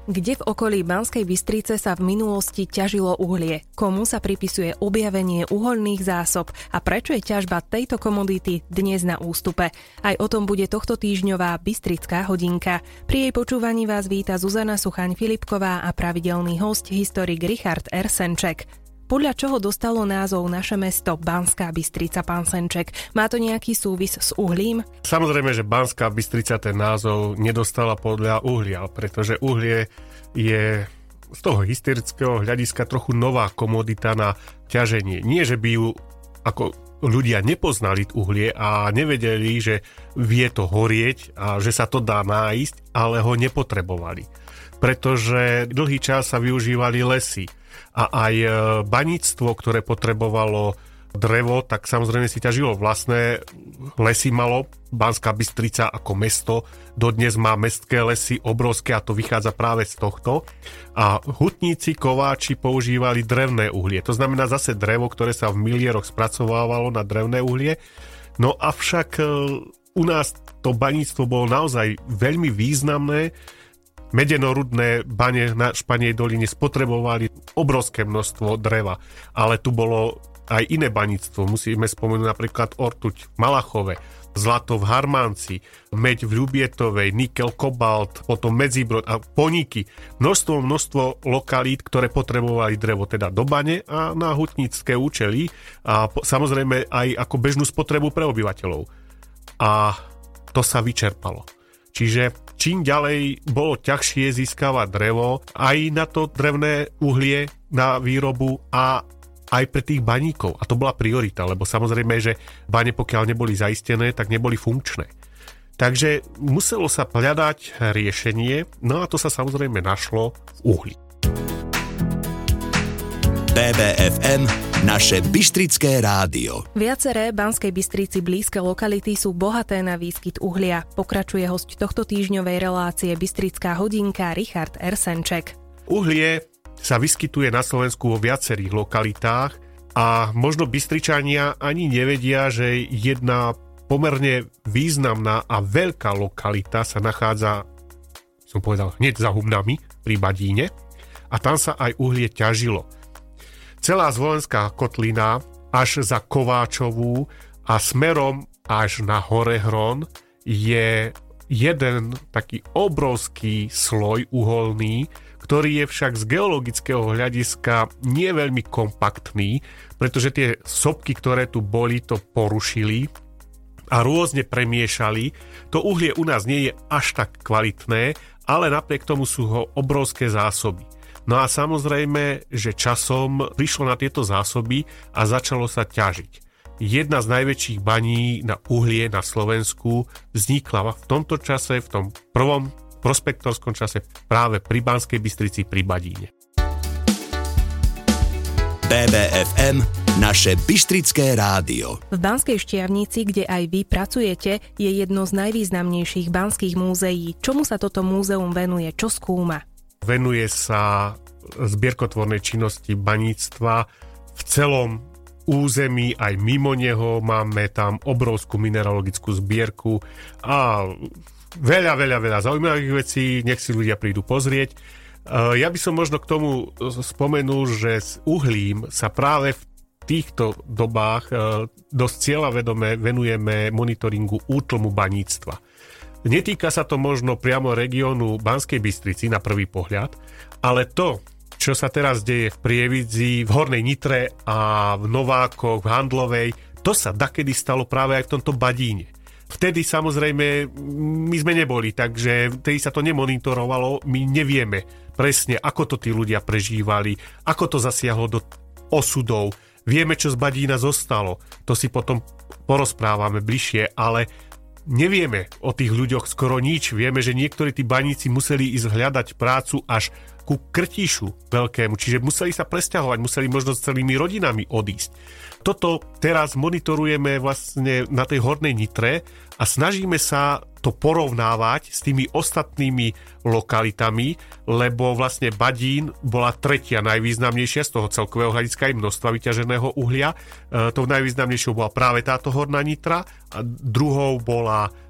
Kde v okolí Banskej Bystrice sa v minulosti ťažilo uhlie? Komu sa pripisuje objavenie uhoľných zásob? A prečo je ťažba tejto komodity dnes na ústupe? Aj o tom bude tohto týždňová Bystrická hodinka. Pri jej počúvaní vás víta Zuzana Suchaň-Filipková a pravidelný hosť, historik Richard R. Senček. Podľa čoho dostalo názov naše mesto Banská Bystrica, pán Senček? Má to nejaký súvis s uhlím? Samozrejme, že Banská Bystrica ten názov nedostala podľa uhlia, pretože uhlie je z toho historického hľadiska trochu nová komodita na ťaženie. Nie, že by ju ako ľudia nepoznali uhlie a nevedeli, že vie to horieť a že sa to dá nájsť, ale ho nepotrebovali. Pretože dlhý čas sa využívali lesy. A aj baníctvo, ktoré potrebovalo drevo, tak samozrejme si ťažilo vlastné lesy malo. Banská Bystrica ako mesto dodnes má mestské lesy obrovské a to vychádza práve z tohto. A hutníci, kováči používali drevné uhlie. To znamená zase drevo, ktoré sa v milieroch spracovávalo na drevné uhlie. No avšak u nás to baníctvo bolo naozaj veľmi významné. Medenorudné bane na Španej doline spotrebovali obrovské množstvo dreva, ale tu bolo aj iné baníctvo. Musíme spomenúť napríklad ortuť v Malachove, zlato v Harmánci, meď v Ľubietovej, nikel, kobalt, potom Medzibrod a Poníky. Množstvo lokalít, ktoré potrebovali drevo teda do bane a na hutnícke účely a samozrejme aj ako bežnú spotrebu pre obyvateľov. A to sa vyčerpalo. Čiže čím ďalej bolo ťažšie získavať drevo, aj na to drevné uhlie na výrobu a aj pre tých baníkov. A to bola priorita, lebo samozrejme, že bane pokiaľ neboli zaistené, tak neboli funkčné. Takže muselo sa hľadať riešenie, no a to sa samozrejme našlo v uhli. BBFM, naše bystrické rádio. Viaceré Banskej Bystrici blízke lokality sú bohaté na výskyt uhlia. Pokračuje hosť tohto týždňovej relácie Bystrická hodinka Richard R. Senček. Uhlie sa vyskytuje na Slovensku vo viacerých lokalitách a možno Bystričania ani nevedia, že jedna pomerne významná a veľká lokalita sa nachádza, som povedal, hneď za Hubnami pri Badíne a tam sa aj uhlie ťažilo. Celá Zvolenská kotlina až za Kováčovú a smerom až na Horehron je jeden taký obrovský sloj uholný, ktorý je však z geologického hľadiska nie veľmi kompaktný, pretože tie sopky, ktoré tu boli, to porušili a rôzne premiešali. To uhlie u nás nie je až tak kvalitné, ale napriek tomu sú ho obrovské zásoby. No a samozrejme, že časom prišlo na tieto zásoby a začalo sa ťažiť. Jedna z najväčších baní na uhlie na Slovensku vznikla v tomto čase, v tom prvom prospektorskom čase práve pri Banskej Bystrici pri Badíne. BBFM, naše bystrické rádio. V Banskej Štiavnici, kde aj vy pracujete, je jedno z najvýznamnejších banských múzeí. Čomu sa toto múzeum venuje? Čo skúma? Venuje sa zbierkotvornej činnosti baníctva v celom území, aj mimo neho. Máme tam obrovskú mineralogickú zbierku a veľa zaujímavých vecí, nech si ľudia prídu pozrieť. Ja by som možno k tomu spomenul, že s uhlím sa práve v týchto dobách dosť cieľavedome venujeme monitoringu útlmu baníctva. Netýka sa to možno priamo regiónu Banskej Bystrici na prvý pohľad, ale to, čo sa teraz deje v Prievidzi, v Hornej Nitre a v Novákoch, v Handlovej, to sa dakedy stalo práve aj v tomto Badíne. Vtedy samozrejme my sme neboli, takže vtedy sa to nemonitorovalo, my nevieme presne, ako to tí ľudia prežívali, ako to zasiahlo do osudov. Vieme, čo z Badína zostalo, to si potom porozprávame bližšie, ale nevieme o tých ľuďoch skoro nič. Vieme, že niektorí tí baníci museli ísť hľadať prácu až ku Krtíšu veľkému, čiže museli sa presťahovať, museli možno s celými rodinami odísť. Toto teraz monitorujeme vlastne na tej Hornej Nitre a snažíme sa to porovnávať s tými ostatnými lokalitami, lebo vlastne Badín bola tretia najvýznamnejšia z toho celkového hľadiska aj množstva vyťaženého uhlia. Tou najvýznamnejšou bola práve táto Horná Nitra a druhou bola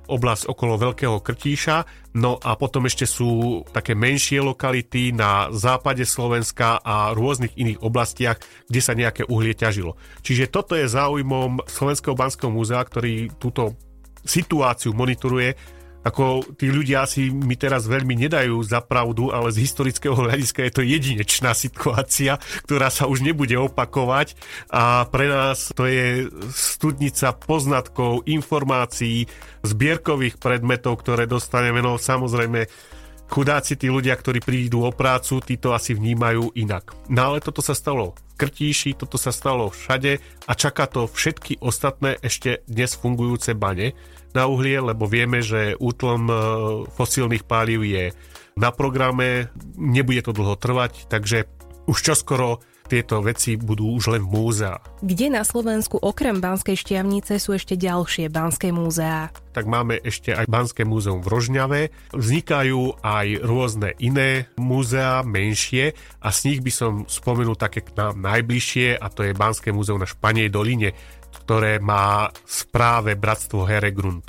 oblasť okolo Veľkého Krtíša, no a potom ešte sú také menšie lokality na západe Slovenska a rôznych iných oblastiach, kde sa nejaké uhlie ťažilo. Čiže toto je záujmom Slovenského banského múzea, ktorý túto situáciu monitoruje. Ako tí ľudia si mi teraz veľmi nedajú za pravdu, ale z historického hľadiska je to jedinečná situácia, ktorá sa už nebude opakovať a pre nás to je studnica poznatkov, informácií, zbierkových predmetov, ktoré dostaneme. No samozrejme, chudáci tí ľudia, ktorí prídu o prácu, tí to asi vnímajú inak. No ale toto sa stalo v Krtíši, toto sa stalo všade a čaká to všetky ostatné ešte dnes fungujúce bane na uhlie, lebo vieme, že útlm fosílnych palív je na programe, nebude to dlho trvať, takže už čoskoro tieto veci budú už len v múzeách. Kde na Slovensku okrem Banskej Štiavnice sú ešte ďalšie banské múzeá? Tak máme ešte aj Banské múzeum v Rožňave. Vznikajú aj rôzne iné múzeá, menšie, a z nich by som spomenul také k nám najbližšie, a to je Banské múzeum na Španej doline, ktoré má v správe Bratstvo Heregrund.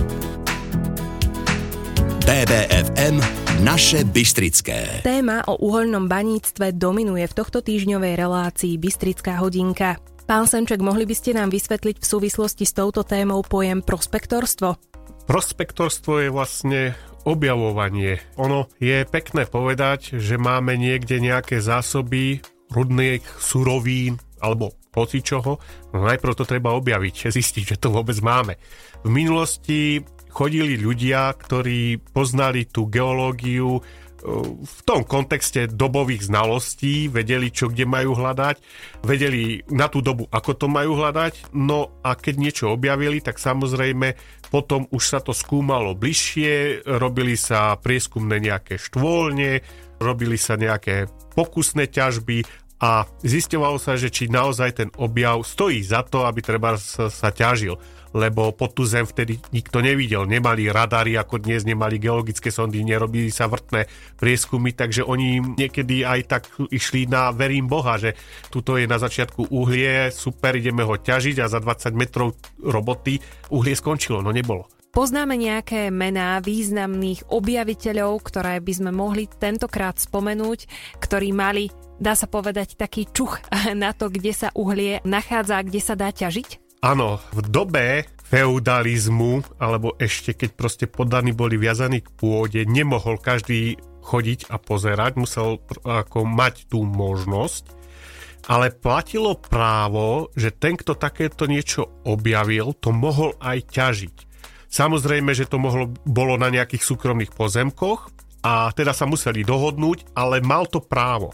BBFM Naše Bystrické. Téma o uhoľnom baníctve dominuje v tohto týždňovej relácii Bystrická hodinka. Pán Senček, mohli by ste nám vysvetliť v súvislosti s touto témou pojem prospektorstvo? Prospektorstvo je vlastne objavovanie. Ono je pekné povedať, že máme niekde nejaké zásoby rudných surovín alebo hocičoho, no najprv to treba objaviť, zistiť, že to vôbec máme. V minulosti chodili ľudia, ktorí poznali tú geológiu v tom kontexte dobových znalostí, vedeli, čo kde majú hľadať, vedeli na tú dobu, ako to majú hľadať, no a keď niečo objavili, tak samozrejme potom už sa to skúmalo bližšie, robili sa prieskumné nejaké štôlne, robili sa nejaké pokusné ťažby a zisťovalo sa, že či naozaj ten objav stojí za to, aby treba sa ťažil, lebo pod tú zem vtedy nikto nevidel, nemali radary ako dnes, nemali geologické sondy, nerobili sa vrtné prieskumy, takže oni niekedy aj tak išli na verím Boha, že tuto je na začiatku uhlie, super, ideme ho ťažiť a za 20 metrov roboty uhlie skončilo, no nebolo. Poznáme nejaké mená významných objaviteľov, ktoré by sme mohli tentokrát spomenúť, ktorí mali, dá sa povedať, taký čuch na to, kde sa uhlie nachádza a kde sa dá ťažiť? Áno, v dobe feudalizmu, alebo ešte keď proste poddaní boli viazaní k pôde, nemohol každý chodiť a pozerať, musel ako mať tú možnosť, ale platilo právo, že ten, kto takéto niečo objavil, to mohol aj ťažiť. Samozrejme, že to bolo na nejakých súkromných pozemkoch a teda sa museli dohodnúť, ale mal to právo.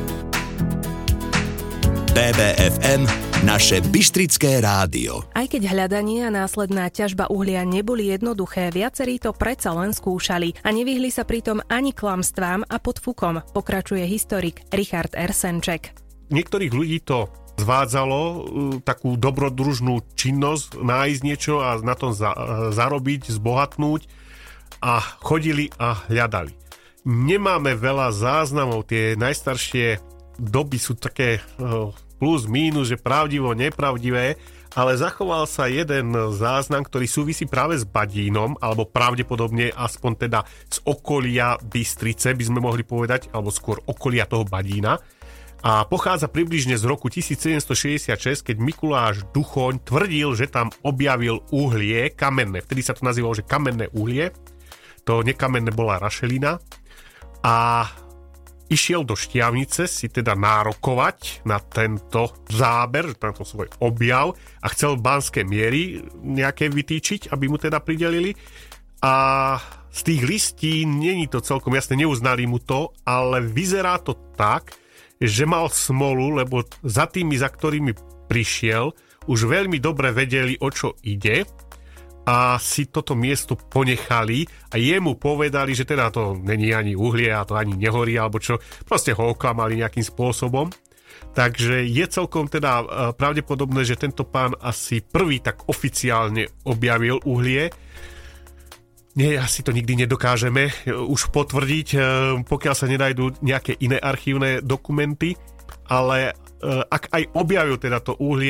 BBFM Naše Bystrické rádio. Aj keď hľadanie a následná ťažba uhlia neboli jednoduché, viacerí to predsa len skúšali a nevyhli sa pritom ani klamstvám a podfukom, pokračuje historik Richard Ersenček. Niektorých ľudí to zvádzalo takú dobrodružnú činnosť, nájsť niečo a na tom zarobiť, zbohatnúť, a chodili a hľadali. Nemáme veľa záznamov, tie najstaršie doby sú také plus, mínus, že pravdivo, nepravdivé, ale zachoval sa jeden záznam, ktorý súvisí práve s Badínom, alebo pravdepodobne aspoň teda z okolia Bystrice, by sme mohli povedať, alebo skôr okolia toho Badína. A pochádza približne z roku 1766, keď Mikuláš Duchoň tvrdil, že tam objavil uhlie kamenné. Vtedy sa to nazývalo, že kamenné uhlie. To nekamenné bola rašelina. A išiel do Štiavnice si teda nárokovať na tento záber, na to svoj objav, a chcel banské miery nejaké vytýčiť, aby mu teda pridelili. A z tých listí není to celkom jasné, neuznali mu to, ale vyzerá to tak, že mal smolu, lebo za ktorými prišiel, už veľmi dobre vedeli, o čo ide, a si toto miesto ponechali a jemu povedali, že teda to není ani uhlie a to ani nehorí, alebo čo, proste ho oklamali nejakým spôsobom. Takže je celkom teda pravdepodobné, že tento pán asi prvý tak oficiálne objavil uhlie. Nie, asi to nikdy nedokážeme už potvrdiť, pokiaľ sa nedajdú nejaké iné archívne dokumenty, ale ak aj objavil teda to uhlie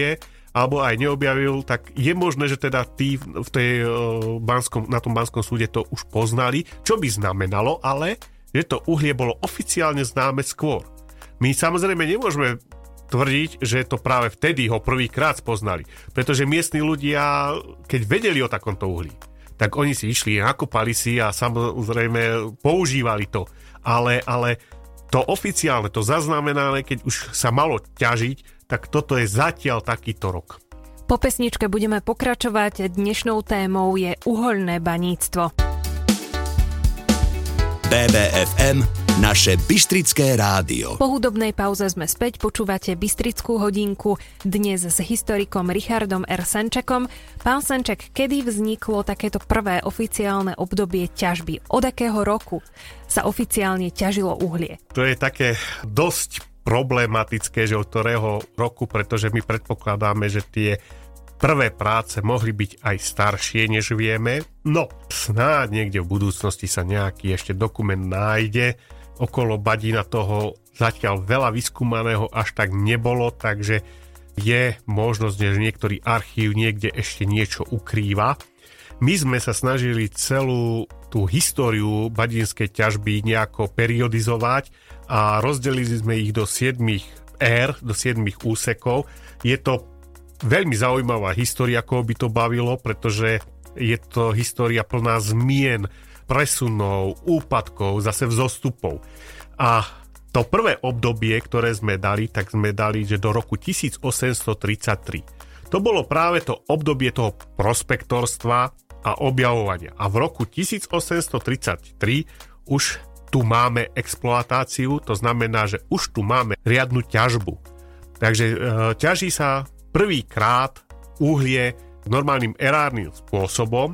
alebo aj neobjavil, tak je možné, že teda tí v tej, na tom Banskom súde to už poznali, čo by znamenalo, ale že to uhlie bolo oficiálne známe skôr. My samozrejme nemôžeme tvrdiť, že to práve vtedy ho prvýkrát spoznali, pretože miestni ľudia, keď vedeli o takomto uhlí, tak oni si išli, nakopali si a samozrejme používali to. Ale to oficiálne, to zaznamenané, keď už sa malo ťažiť, tak toto je zatiaľ takýto rok. Po pesničke budeme pokračovať. Dnešnou témou je uhoľné baníctvo. BBFM, naše Bystrické rádio. Po hudobnej pauze sme späť, počúvate Bystrickú hodinku, dnes s historikom Richardom R. Senčekom. Pán Senček, kedy vzniklo takéto prvé oficiálne obdobie ťažby? Od akého roku sa oficiálne ťažilo uhlie? To je také dosť problematické, že od ktorého roku, pretože my predpokladáme, že tie prvé práce mohli byť aj staršie, než vieme. No, snáď niekde v budúcnosti sa nejaký ešte dokument nájde. Okolo Badína toho zatiaľ veľa vyskúmaného až tak nebolo, takže je možnosť, že niektorý archív niekde ešte niečo ukrýva. My sme sa snažili celú tú históriu badínskej ťažby nejako periodizovať a rozdelili sme ich do 7 ér, do 7 úsekov. Je to veľmi zaujímavá história, koho by to bavilo, pretože je to história plná zmien, presunov, úpadkov, zase vzostupov. A to prvé obdobie, ktoré sme dali, tak sme dali, že do roku 1833. To bolo práve to obdobie toho prospektorstva a objavovania. A v roku 1833 už tu máme exploatáciu, to znamená, že už tu máme riadnu ťažbu. Takže ťaží sa prvýkrát uhlie normálnym erárnym spôsobom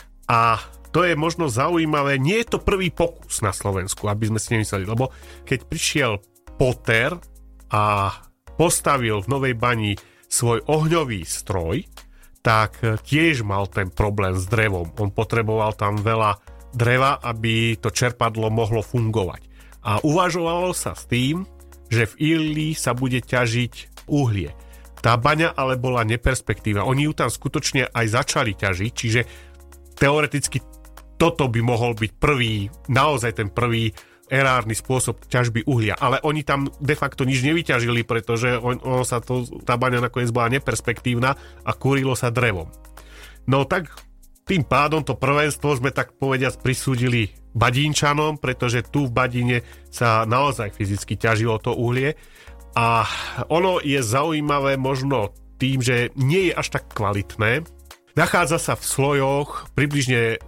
a to je možno zaujímavé. Nie je to prvý pokus na Slovensku, aby sme si nemysleli, lebo keď prišiel Potter a postavil v Novej Bani svoj ohňový stroj, tak tiež mal ten problém s drevom. On potreboval tam veľa dreva, aby to čerpadlo mohlo fungovať. A uvažovalo sa s tým, že v Illi sa bude ťažiť uhlie. Tá baňa ale bola neperspektíva. Oni ju tam skutočne aj začali ťažiť, čiže teoreticky toto by mohol byť naozaj ten prvý erárny spôsob ťažby uhlia. Ale oni tam de facto nič nevyťažili, pretože tá baňa nakoniec bola neperspektívna a kúrilo sa drevom. No tak tým pádom to prvenstvo sme tak povediac prisúdili Badínčanom, pretože tu v Badíne sa naozaj fyzicky ťažilo to uhlie. A ono je zaujímavé možno tým, že nie je až tak kvalitné. Nachádza sa v slojoch približne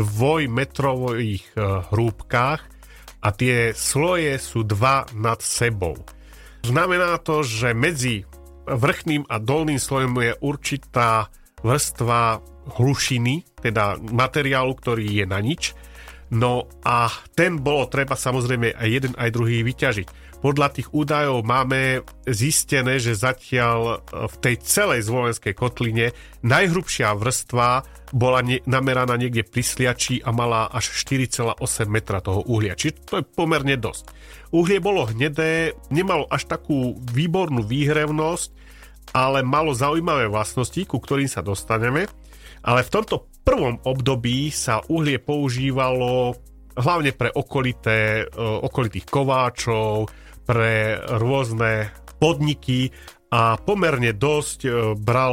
2-metrových hrúbkach a tie sloje sú 2 nad sebou. Znamená to, že medzi vrchným a dolným slojom je určitá vrstva hlušiny, teda materiálu, ktorý je na nič. No a ten bolo treba samozrejme aj jeden aj druhý vyťažiť. Podľa tých údajov máme zistené, že zatiaľ v tej celej Zvolenskej kotline najhrubšia vrstva bola nameraná niekde pri Sliači a mala až 4,8 metra toho uhlia. Čiže to je pomerne dosť. Uhlie bolo hnedé, nemalo až takú výbornú výhrevnosť, ale malo zaujímavé vlastnosti, ku ktorým sa dostaneme. Ale v tomto prvom období sa uhlie používalo hlavne pre okolitých kováčov, pre rôzne podniky a pomerne dosť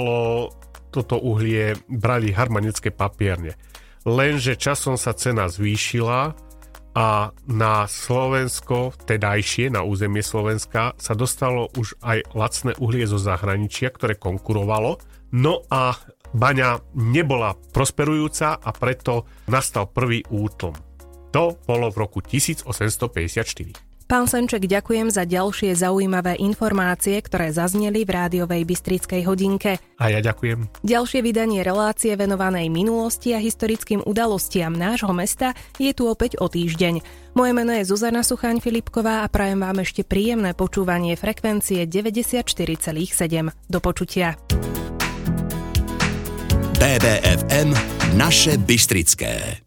brali harmanické papierne. Lenže časom sa cena zvýšila a na Slovensko, tedajšie, na územie Slovenska, sa dostalo už aj lacné uhlie zo zahraničia, ktoré konkurovalo. No a baňa nebola prosperujúca a preto nastal prvý útlm. To bolo v roku 1854. Pán Senček, ďakujem za ďalšie zaujímavé informácie, ktoré zazneli v rádiovej Bystrickej hodinke. A ja ďakujem. Ďalšie vydanie relácie venovanej minulosti a historickým udalostiam nášho mesta je tu opäť o týždeň. Moje meno je Zuzana Suchaň-Filipková a prajem vám ešte príjemné počúvanie frekvencie 94,7. Do počutia. BBFM, naše Bystrické.